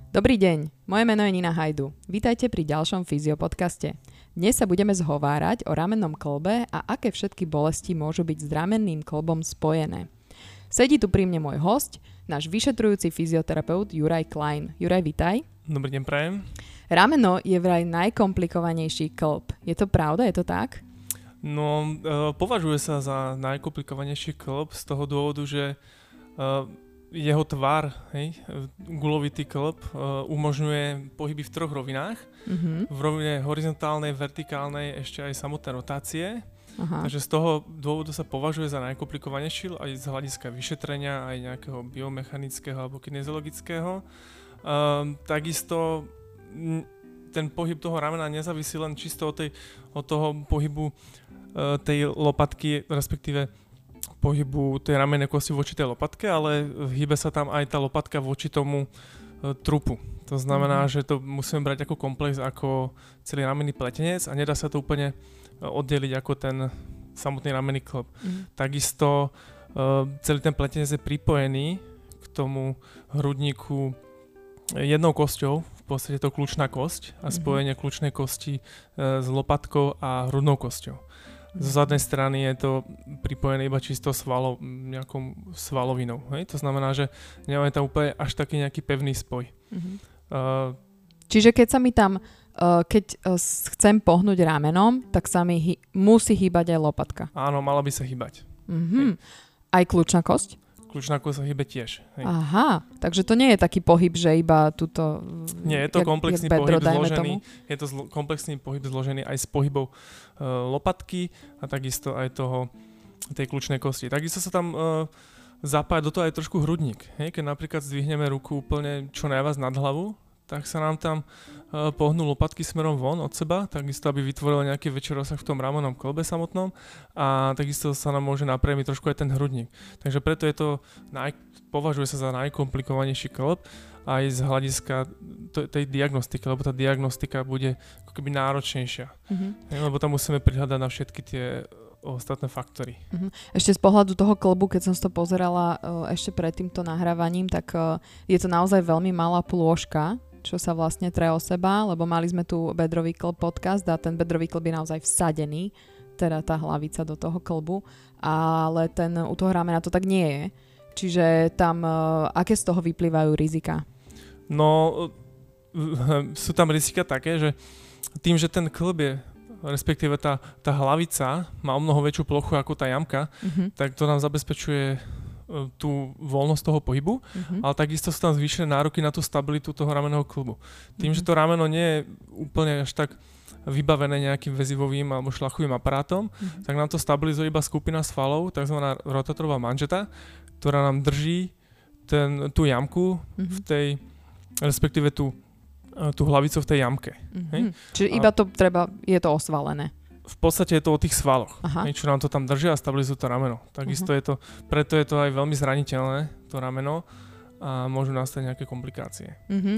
Dobrý deň, moje meno je Nina Hajdu. Vítajte pri ďalšom fyziopodcaste. Dnes sa budeme zhovárať o ramennom kĺbe a aké všetky bolesti môžu byť s ramenným kĺbom spojené. Sedí tu pri mne môj hosť, náš vyšetrujúci fyzioterapeut Juraj Klein. Juraj, vitaj. Dobrý deň, prajem. Rameno je vraj najkomplikovanejší kĺb. Je to pravda? Je to tak? No, považuje sa za najkomplikovanejší kĺb z toho dôvodu, že jeho tvar, gulovitý kĺb, umožňuje pohyby v troch rovinách. V rovine horizontálnej, vertikálnej, ešte aj samotné rotácie. Aha. Takže z toho dôvodu sa považuje za najkomplikovanejší aj z hľadiska vyšetrenia, aj nejakého biomechanického alebo kinesiologického. Takisto ten pohyb toho ramena nezávisí len čisto od toho pohybu tej lopatky, respektíve pohybu tej ramennej kosti voči tej lopatke, ale hýbe sa tam aj tá lopatka voči tomu trupu. To znamená, že to musíme brať ako komplex, ako celý ramenný pletenec a nedá sa to úplne oddeliť ako ten samotný ramenný kĺb. Takisto celý ten pletenec je pripojený k tomu hrudníku jednou kosťou, v podstate to kľúčná kosť a spojenie kľúčnej kosti s lopatkou a hrudnou kosťou. Z zadnej strany je to pripojené iba čisto nejakou svalovinou. To znamená, že nemáme tam úplne až taký nejaký pevný spoj. Čiže keď sa mi tam, keď chcem pohnúť ramenom, tak sa mi musí hýbať aj lopatka. Áno, mala by sa hýbať. Aj kľúčna kosť? Kľúčná kosť sa hýbe tiež. Aha, takže to nie je taký pohyb, že iba túto... Nie, je to komplexný pohyb zložený. Je to komplexný pohyb zložený aj z pohybov lopatky a takisto aj tej kľúčnej kosti. Takisto sa tam zapája do toho aj trošku hrudník. Keď napríklad zdvihneme ruku úplne čo najviac nad hlavu, tak sa nám tam pohnú lopatky smerom von od seba, takisto aby vytvoril nejaký väčší rozsah v tom ramennom kĺbe samotnom a takisto sa nám môže napriamiť trošku aj ten hrudník. Takže preto je to považuje sa za najkomplikovanejší kĺb aj z hľadiska tej diagnostiky, lebo tá diagnostika bude ako keby náročnejšia. Lebo tam musíme prihľadať na všetky tie ostatné faktory. Ešte z pohľadu toho kĺbu, keď som si to pozerala ešte pred týmto nahrávaním, tak je to naozaj veľmi malá plôžka, čo sa vlastne tre o seba, lebo mali sme tu bedrový kĺb podcast a ten bedrový kĺb je naozaj vsadený, teda tá hlavica do toho kĺbu, ale u toho ramena to tak nie je. Čiže tam, aké z toho vyplývajú rizika? No, sú tam rizika také, že tým, že ten kĺb je, respektíve tá hlavica má o mnoho väčšiu plochu ako tá jamka, tak to nám zabezpečuje tú voľnosť toho pohybu, ale takisto sú tam zvýšené nároky na tú stabilitu toho ramenného kĺbu. Tým, že to rameno nie je úplne až tak vybavené nejakým väzivovým alebo šlachovým aparátom, tak nám to stabilizuje iba skupina svalov, tzv. Rotatorová manžeta, ktorá nám drží tú jamku v tej, respektíve tú hlavicu v tej jamke. Čiže iba je to osvalené. V podstate je to o tých svaloch, čo nám to tam držia a stabilizujú to rameno. Takisto preto je to aj veľmi zraniteľné, to rameno, a môžu nastať nejaké komplikácie.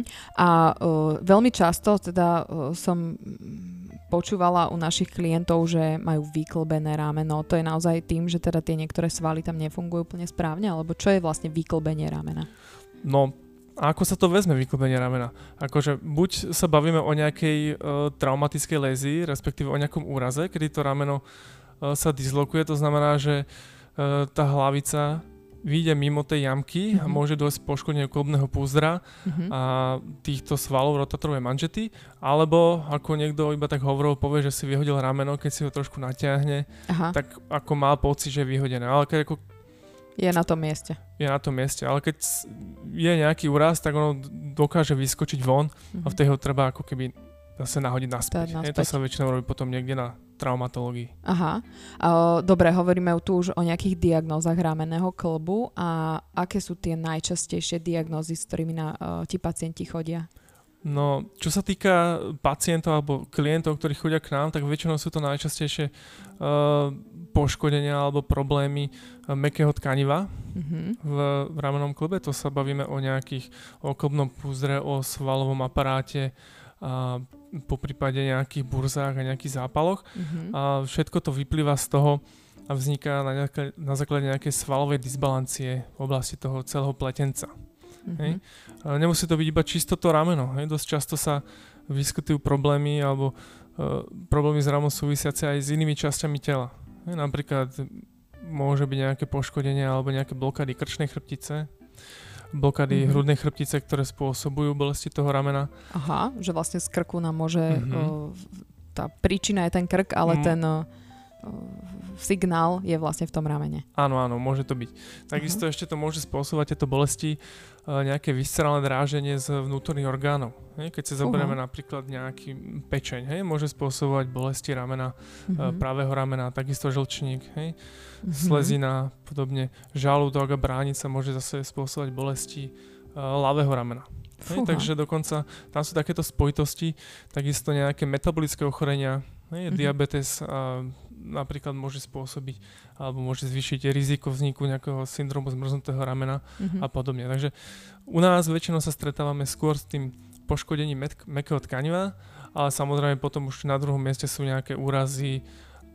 A veľmi často som počúvala u našich klientov, že majú vyklbené rameno. To je naozaj tým, že teda tie niektoré svaly tam nefungujú úplne správne, alebo čo je vlastne vyklbenie ramena? No, a ako sa to vezme vyklbenie ramena? Akože buď sa bavíme o nejakej traumatickej lézii, respektíve o nejakom úraze, kedy to rameno sa dislokuje, to znamená, že tá hlavica vyjde mimo tej jamky a môže dojsť poškodeniu kĺbneho púzdra a týchto svalov rotatorovej manžety, alebo ako niekto iba tak hovorovo povie, že si vyhodil rameno, keď si ho trošku natiahne, tak ako má pocit, že je vyhodené. Ale keď je na tom mieste. Je na tom mieste, ale keď je nejaký úraz, tak ono dokáže vyskočiť von a v tej ho treba ako keby zase nahodiť naspäť. To sa väčšinou robí potom niekde na traumatológii. Aha. Dobre, hovoríme tu už o nejakých diagnózach ramenného kĺbu a aké sú tie najčastejšie diagnózy, s ktorými ti pacienti chodia? No, čo sa týka pacientov alebo klientov, ktorí chodia k nám, tak väčšinou sú to najčastejšie poškodenia alebo problémy mäkkého tkaniva v ramennom kĺbe. To sa bavíme o kĺbnom púzdre, o svalovom aparáte a po prípade nejakých burzách a nejakých zápaloch. A všetko to vyplýva z toho a vzniká na základe nejakej svalovej disbalancie v oblasti toho celého pletenca. Hej? Nemusí to byť iba čisto to rameno. Hej? Dosť často sa vyskytujú problémy alebo problémy s ramom súvisiace aj s inými časťami tela. Hej? Napríklad môže byť nejaké poškodenie alebo nejaké blokády krčnej chrbtice, blokády hrudnej chrbtice, ktoré spôsobujú bolesti toho ramena. Aha, že vlastne z krku nám môže... tá príčina je ten krk, ale ten signál je vlastne v tom ramene. Áno, môže to byť. Takisto ešte to môže spôsobovať tieto bolesti nejaké viscerálne dráženie z vnútorných orgánov. Keď si zoberieme napríklad nejaký pečeň, môže spôsobovať bolesti ramena, pravého ramena, takisto žlčník, slezina, podobne žalúdok a bránica môže zase spôsobovať bolesti ľavého ramena. Takže dokonca tam sú takéto spojitosti, takisto nejaké metabolické ochorenia, diabetes napríklad môže spôsobiť alebo môže zvýšiť riziko vzniku nejakého syndromu zmrznutého ramena a podobne. Takže u nás väčšinou sa stretávame skôr s tým poškodením mäkkého tkaniva, ale samozrejme potom už na druhom mieste sú nejaké úrazy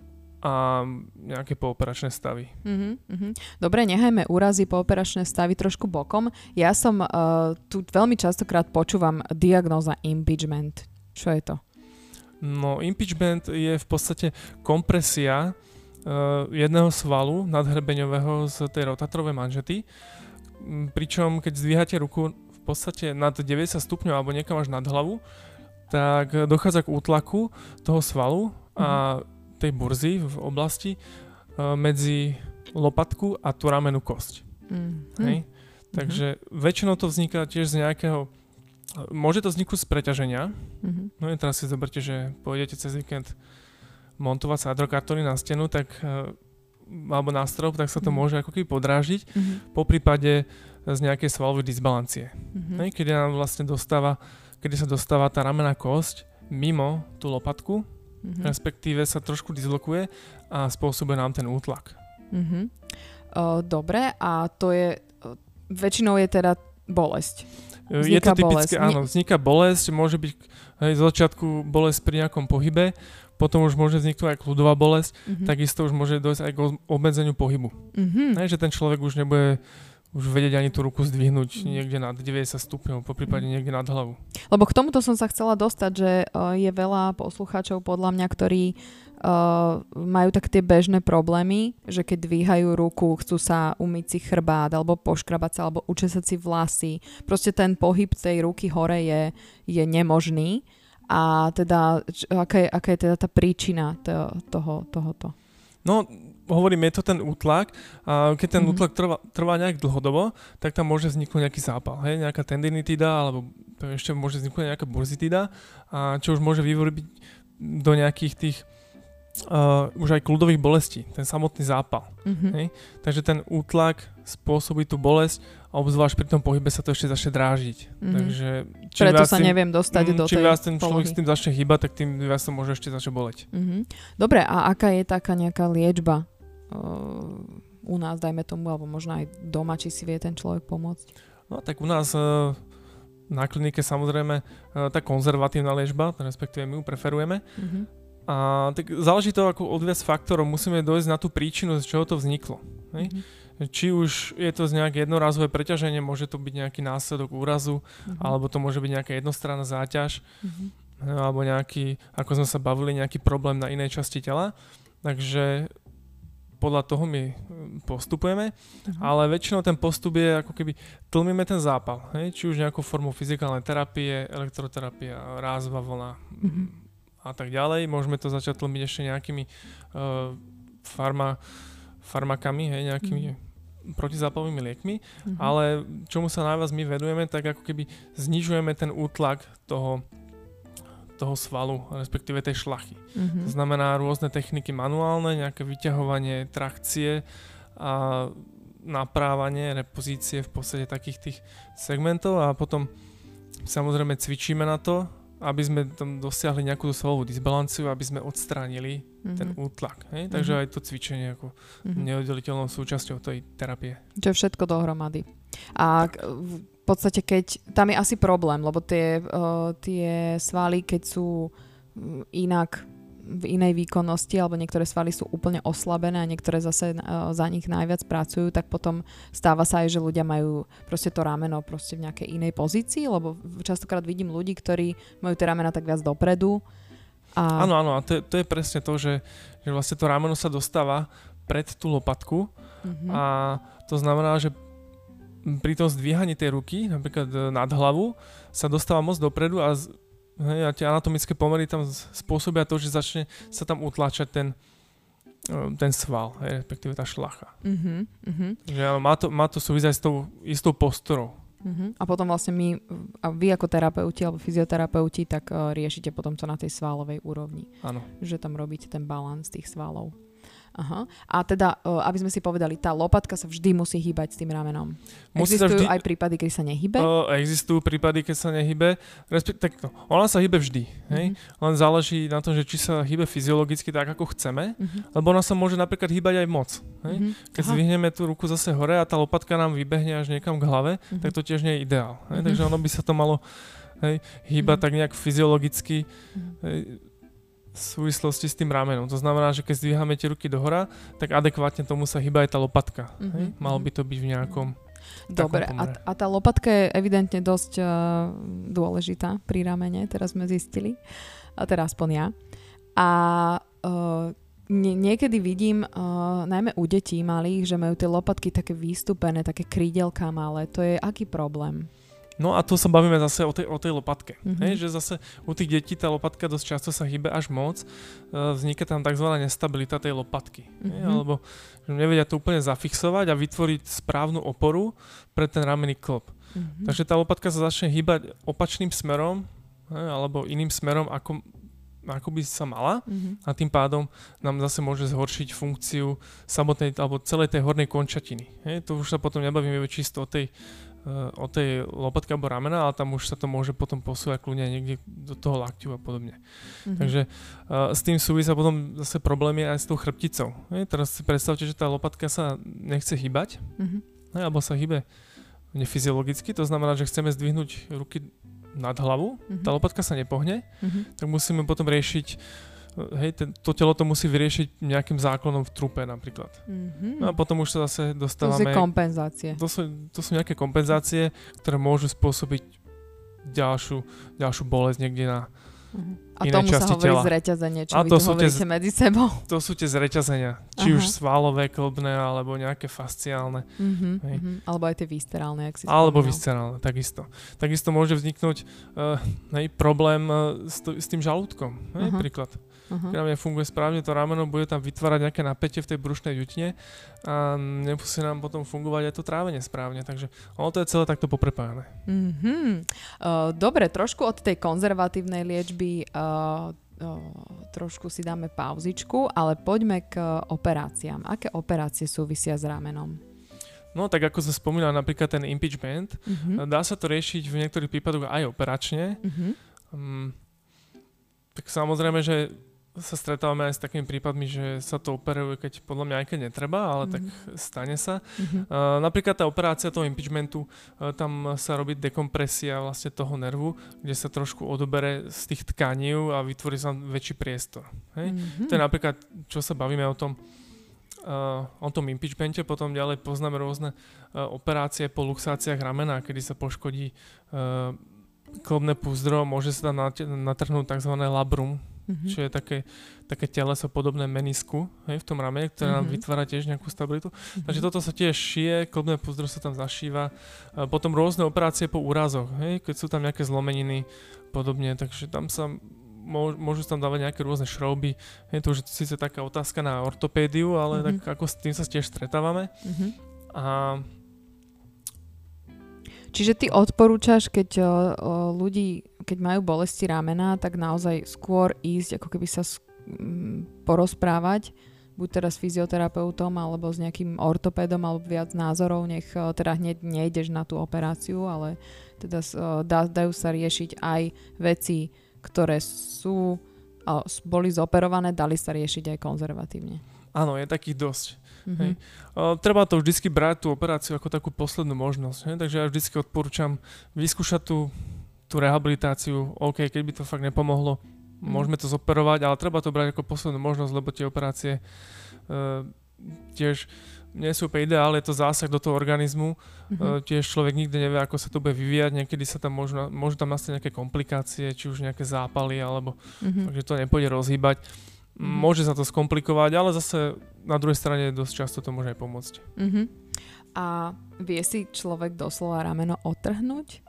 a nejaké pooperačné stavy. Dobre, nechajme úrazy, pooperačné stavy trošku bokom. Ja som tu veľmi častokrát počúvam diagnóza impeachment. Čo je to? No, impeachment je v podstate kompresia jedného svalu nadhrbeňového z tej rotátorovej manžety, pričom keď zdvíhate ruku v podstate nad 90 stupňov alebo niekam až nad hlavu, tak dochádza k útlaku toho svalu a tej burzy v oblasti medzi lopatku a tú ramennú kosť. Hej? Takže väčšinou to vzniká tiež z nejakého... Môže to vzniknúť z preťaženia. No a teraz si zoberte, že pôjdete cez víkend montovať sádrokartóny na stenu, tak, alebo na strop, tak sa to môže ako keby podrážiť. Po prípade z nejakej svalovej disbalancie. Kedy sa dostáva tá ramenná kosť mimo tú lopatku, respektíve sa trošku dislokuje a spôsobuje nám ten útlak. Dobre, a to je... Väčšinou je teda bolesť. Je to typické, áno, vzniká bolesť, môže byť z začiatku bolesť pri nejakom pohybe, potom už môže vzniknúť aj kľudová bolesť, takisto už môže dojsť aj k obmedzeniu pohybu. Že ten človek už nebude už vedieť ani tú ruku zdvihnúť niekde nad 90 stupňov, poprípade niekde nad hlavu. Lebo k tomuto som sa chcela dostať, že je veľa poslucháčov podľa mňa, ktorí majú tak tie bežné problémy, že keď dvíhajú ruku, chcú sa umyť si chrbát, alebo poškrabať sa, alebo učesať si vlasy. Proste ten pohyb tej ruky hore je nemožný. A teda, aká je teda tá príčina tohoto? No, hovorím, je to ten útlak. A keď ten útlak trvá nejak dlhodobo, tak tam môže vzniknúť nejaký zápal. Nejaká tendinitída, alebo ešte môže vzniknúť nejaká burzitída, čo už môže vyvoriť do nejakých tých už aj kľudových bolestí, ten samotný zápal. Takže ten útlak spôsobí tú bolesť a obzvlášť pri tom pohybe sa to ešte začne drážiť. Takže preto sa neviem dostať do tej čím viac ten človek s tým začne hýbať, tak tým viac to môže ešte začne boleť. Dobre, a aká je taká nejaká liečba u nás, dajme tomu, alebo možno aj doma, či si vie ten človek pomôcť? No tak u nás na klinike samozrejme tá konzervatívna liečba, respektíve my ju preferujeme. A tak záleží to ako od viac faktorov, musíme dojsť na tú príčinu, z čoho to vzniklo. Či už je to z nejaké jednorázové preťaženie, môže to byť nejaký následok úrazu, alebo to môže byť nejaká jednostranná záťaž, alebo nejaký, ako sme sa bavili, nejaký problém na inej časti tela. Takže podľa toho my postupujeme, ale väčšinou ten postup je ako keby tlmíme ten zápal. Či už nejakou formou fyzikálnej terapie, elektroterapia, rázová vlna, a tak ďalej. Môžeme to začať tlmiť ešte nejakými farmakami, nejakými protizápalovými liekmi, ale čomu sa najviac my vedujeme, tak ako keby znižujeme ten útlak toho svalu, respektíve tej šlachy. To znamená rôzne techniky manuálne, nejaké vyťahovanie, trakcie a naprávanie, repozície v podstate takých tých segmentov a potom samozrejme cvičíme na to, aby sme tam dosiahli nejakú svalovú disbalanciu, aby sme odstránili ten útlak. Takže aj to cvičenie ako neoddeliteľnou súčasťou tej terapie. Čo je všetko dohromady. A v podstate tam je asi problém, lebo tie svaly, keď sú inak v inej výkonnosti, alebo niektoré svaly sú úplne oslabené a niektoré zase za nich najviac pracujú, tak potom stáva sa aj, že ľudia majú proste to rameno proste v nejakej inej pozícii, lebo častokrát vidím ľudí, ktorí majú tie ramena tak viac dopredu. Áno, a to je presne to, že vlastne to rameno sa dostáva pred tú lopatku a to znamená, že pri tom zdvíhaní tej ruky, napríklad nad hlavu, sa dostáva moc dopredu a tie anatomické pomery tam spôsobia to, že začne sa tam utláčať ten sval, respektíve tá šlacha. Že má to súvisť aj s tou istou posturou. A potom vlastne vy ako terapeuti alebo fyzioterapeuti, tak riešite potom to na tej svalovej úrovni. Áno. Že tam robíte ten balans tých svalov. Aha. A teda, aby sme si povedali, tá lopatka sa vždy musí hýbať s tým ramenom. Existujú aj prípady, keď sa nehybe? Existujú prípady, keď sa nehybe. Ona sa hybe vždy. Hej? Len záleží na tom, že či sa hybe fyziologicky tak, ako chceme, lebo ona sa môže napríklad hýbať aj moc. Hej? Keď zvihneme tú ruku zase hore a tá lopatka nám vybehne až niekam k hlave, tak to tiež nie je ideál. Hej? Takže ono by sa to malo hýbať tak nejak fyziologicky v súvislosti s tým ramenom. To znamená, že keď zdvíhame tie ruky dohora, tak adekvátne tomu sa hýba aj tá lopatka. Malo by to byť v nejakom Dobre, a tá lopatka je evidentne dosť dôležitá pri ramene, teraz sme zistili. A teraz aspoň ja. A niekedy vidím, najmä u detí malých, že majú tie lopatky také výstupené, také krídelká malé. To je aký problém? No a tu sa bavíme zase o tej lopatke. Hej, že zase u tých detí tá lopatka dosť často sa hýbe až moc. Vzniká tam tzv. Nestabilita tej lopatky. Hej, alebo že nevedia to úplne zafixovať a vytvoriť správnu oporu pre ten ramenný klb. Takže tá lopatka sa začne hýbať opačným smerom, hej, alebo iným smerom, ako by sa mala. A tým pádom nám zase môže zhoršiť funkciu samotnej alebo celej tej hornej končatiny. Hej, to už sa potom nebavíme čisto o tej lopatke alebo ramena, ale tam už sa to môže potom posúvať kľudne niekde do toho lakťu a podobne. Takže s tým súvisia potom zase problémy aj s tou chrbticou. Teraz si predstavte, že tá lopatka sa nechce hýbať, alebo sa hýbe nefyziologicky, to znamená, že chceme zdvihnúť ruky nad hlavu, tá lopatka sa nepohne, tak musíme potom riešiť to telo to musí vyriešiť nejakým záklonom v trupe napríklad. No a potom už sa zase dostávame... To sú kompenzácie. To sú nejaké kompenzácie, ktoré môžu spôsobiť ďalšiu bolesť niekde na inej časti tela. A tomu sa hovorí zreťazenie, čo vy tu hovoríte medzi sebou. To sú tie zreťazenia. Či už svalové, klbné, alebo nejaké fasciálne. Alebo aj tie viscerálne, ak si Alebo viscerálne, takisto. Takisto môže vzniknúť problém s tým žalúdkom. Príklad. Keď nám nefunguje správne to rameno, bude tam vytvárať nejaké napätie v tej brušnej dutine a nemusí nám potom fungovať aj to trávenie správne. Takže ono to je celé takto poprepájané. Dobre, trošku od tej konzervatívnej liečby trošku si dáme pauzičku, ale poďme k operáciám. Aké operácie súvisia s ramenom? No tak ako som spomínal, napríklad ten impeachment, dá sa to riešiť v niektorých prípadoch aj operačne. Tak samozrejme, že sa stretávame aj s takými prípadmi, že sa to operuje, keď podľa mňa aj keď netreba, ale tak stane sa. Napríklad tá operácia toho impeachmentu, tam sa robí dekompresia vlastne toho nervu, kde sa trošku odobere z tých tkaní a vytvorí sa väčší priestor. Hej? To je napríklad, čo sa bavíme o tom impeachmente, potom ďalej poznáme rôzne operácie po luxáciách ramena, kedy sa poškodí klbné púzdro, môže sa tam natrhnúť tzv. Labrum, čo je také teleso podobné menisku, hej, v tom ramene, ktoré nám vytvára tiež nejakú stabilitu. Takže toto sa tiež šije, klbné púzdro sa tam zašíva. Potom rôzne operácie po úrazoch, hej, keď sú tam nejaké zlomeniny podobne, takže tam sa môžu tam dávať nejaké rôzne šrouby. Je to už síce taká otázka na ortopédiu, ale tak ako s tým sa tiež stretávame. Čiže ty odporúčaš, keď ľudí, keď majú bolesti ramena, tak naozaj skôr ísť, ako keby sa porozprávať, buď teraz s fyzioterapeutom, alebo s nejakým ortopédom, alebo viac názorov, nech teda hneď nejdeš na tú operáciu, ale teda dajú sa riešiť aj veci, ktoré boli zoperované, dali sa riešiť aj konzervatívne. Áno, je takých dosť. Hej. Treba to vždycky brať tú operáciu ako takú poslednú možnosť. Hej. Takže ja vždycky odporúčam vyskúšať tú rehabilitáciu. OK, keď by to fakt nepomohlo, Môžeme to zoperovať, ale treba to brať ako poslednú možnosť, lebo tie operácie tiež nie sú úplne ideálne, je to zásah do toho organizmu. Tiež človek nikdy nevie, ako sa to bude vyvíjať, niekedy sa tam môžu tam nastať nejaké komplikácie, či už nejaké zápaly, alebo takže to nepôjde rozhýbať. Môže sa to skomplikovať, ale zase na druhej strane dosť často to môže aj pomôcť. A vie si človek doslova rameno otrhnúť?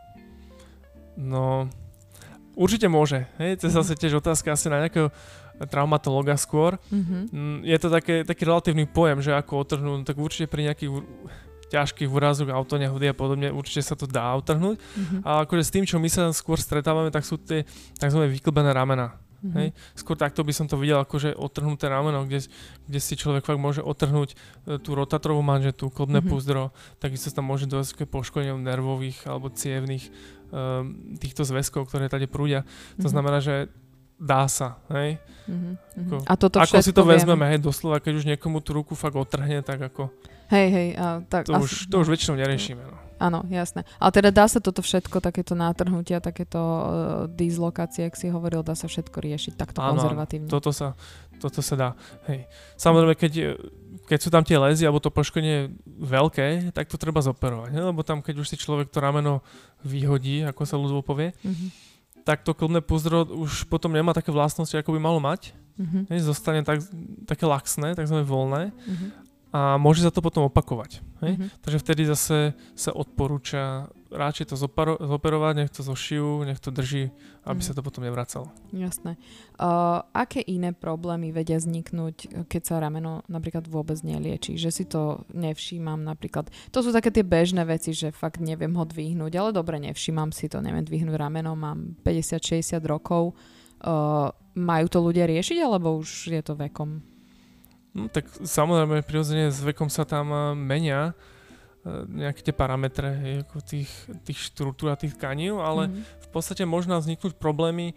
No, určite môže. Hej, to je zase tiež otázka asi na nejakého traumatológa skôr. Je to taký relatívny pojem, že ako otrhnúť, tak určite pri nejakých ťažkých úrazoch, autonehody a podobne určite sa to dá otrhnúť. A akože s tým, čo my sa skôr stretávame, tak sú tie tzv. Vyklbené ramena. Hej. Skôr takto by som to videl, akože otrhnuté rameno, kde si človek fakt môže otrhnúť tú rotátorovú manžetu, klbné púzdro, takisto tam môže dojsť k poškodeniu nervových alebo cievnych týchto zväzkov, ktoré tady prúdia. To znamená, že dá sa, hej? A toto ako si to vezmeme, hej, doslova, keď už niekomu tú ruku fakt otrhne, tak ako... Hej, tak... To už väčšinou neriešime, no. Áno, jasné. Ale teda dá sa toto všetko, takéto nátrhnutia, takéto dislokácie, ak si hovoril, dá sa všetko riešiť takto konzervatívne. Toto sa dá, hej. Samozrejme, keď sú tam tie lezy, alebo to poškodenie veľké, tak to treba zoperovať, hej? Lebo tam, keď už si človek to rameno vyhodí, ako sa ľudovo povie, tak to klbné púzdro už potom nemá také vlastnosti, ako by malo mať. Zostane také laxné, takzvané voľné a môže sa to potom opakovať. Takže vtedy zase sa odporúča radšej to zoperovať, nech to zošijú, nech to drží, aby sa to potom nevracalo. Jasné. Aké iné problémy vedia vzniknúť, keď sa rameno napríklad vôbec nelieči? Že si to nevšímam napríklad. To sú také tie bežné veci, že fakt neviem ho dvihnúť, ale dobre, nevšímam si to, neviem dvihnúť rameno, mám 50-60 rokov. Majú to ľudia riešiť, alebo už je to vekom? No, tak samozrejme, prirodzene s vekom sa tam menia nejaké tie parametre ako tých štruktúr a tých tkaní, ale v podstate možno vzniknúť problémy,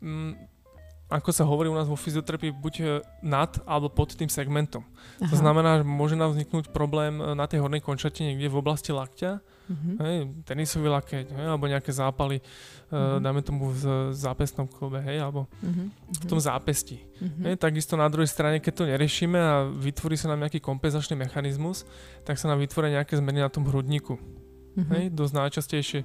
ako sa hovorí u nás vo fyzioterapii, buď nad alebo pod tým segmentom. To znamená, že môže nám vzniknúť problém na tej hornej končatine, niekde v oblasti lakťa, tenisový lakeť, alebo nejaké zápaly, dáme tomu v zápestnom klube, alebo v tom zápesti. Takisto na druhej strane, keď to neriešime a vytvorí sa nám nejaký kompenzačný mechanizmus, tak sa nám vytvoria nejaké zmeny na tom hrudníku. Dosť najčastejšie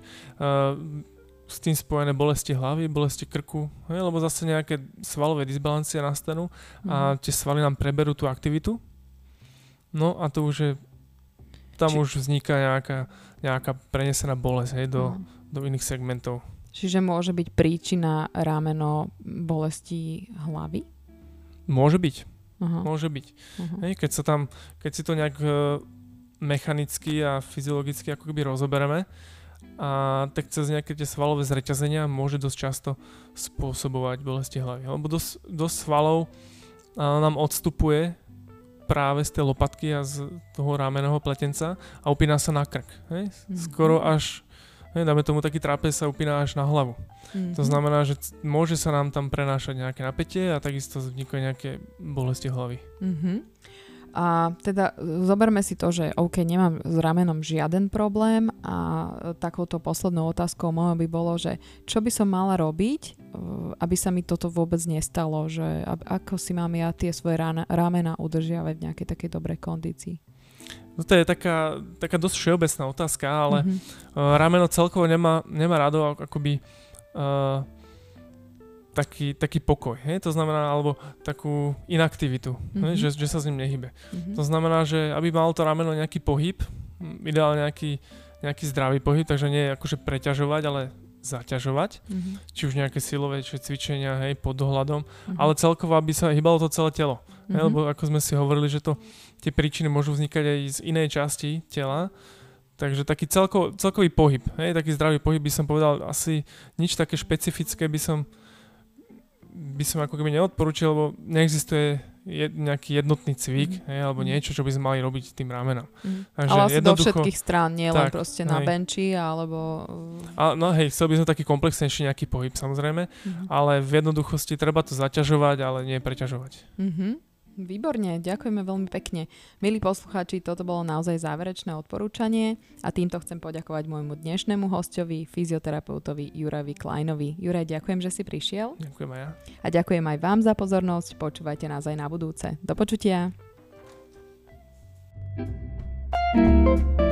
s tým spojené bolesti hlavy, bolesti krku, lebo zase nejaké svalové disbalancie nastanú a tie svaly nám preberú tú aktivitu. No a to už je, tam už vzniká nejaká prenesená bolesť do iných segmentov. Čiže môže byť príčina rameno bolesti hlavy? Môže byť. Môže byť. Keď si to nejak mechanicky a fyziologicky ako keby rozobereme, a tak cez nejaké tie svalové zreťazenia môže dosť často spôsobovať bolesti hlavy. Lebo dosť svalov nám odstupuje práve z tej lopatky a z toho rámeného pletenca a upína sa na krk. Skoro až, dáme tomu taký trapez, sa upína až na hlavu. To znamená, že môže sa nám tam prenášať nejaké napätie a takisto vznikajú nejaké bolesti hlavy. A teda zoberme si to, že OK, nemám s ramenom žiaden problém a takouto poslednou otázkou mojou by bolo, že čo by som mala robiť, aby sa mi toto vôbec nestalo, že ako si mám ja tie svoje ramena udržiavať v nejakej takej dobrej kondícii? No to je taká dosť všeobecná otázka, ale rameno celkovo nemá rado akoby taký pokoj, to znamená, alebo takú inaktivitu, že sa s ním nehybe. To znamená, že aby malo to rameno nejaký pohyb, ideálne nejaký zdravý pohyb, takže nie akože preťažovať, ale zaťažovať, či už nejaké silové cvičenia, pod dohľadom, ale celkovo, aby sa hýbalo to celé telo. Lebo ako sme si hovorili, že tie príčiny môžu vznikať aj z inej časti tela, takže taký celkový pohyb, taký zdravý pohyb by som povedal, asi nič také špecifické by som ako keby neodporúčil, lebo neexistuje nejaký jednotný cvik, alebo niečo, čo by sme mali robiť tým ramenom. Ale asi do všetkých strán, nie len proste na benči, alebo... Chcel by som taký komplexnejší nejaký pohyb, samozrejme, ale v jednoduchosti treba to zaťažovať, ale nie preťažovať. Výborne, ďakujeme veľmi pekne. Milí poslucháči, toto bolo naozaj záverečné odporúčanie a týmto chcem poďakovať môjmu dnešnému hosťovi, fyzioterapeutovi Jurajovi Kleinovi. Juraj, ďakujem, že si prišiel. Ďakujem aj ja. A ďakujem aj vám za pozornosť. Počúvajte nás aj na budúce. Do počutia.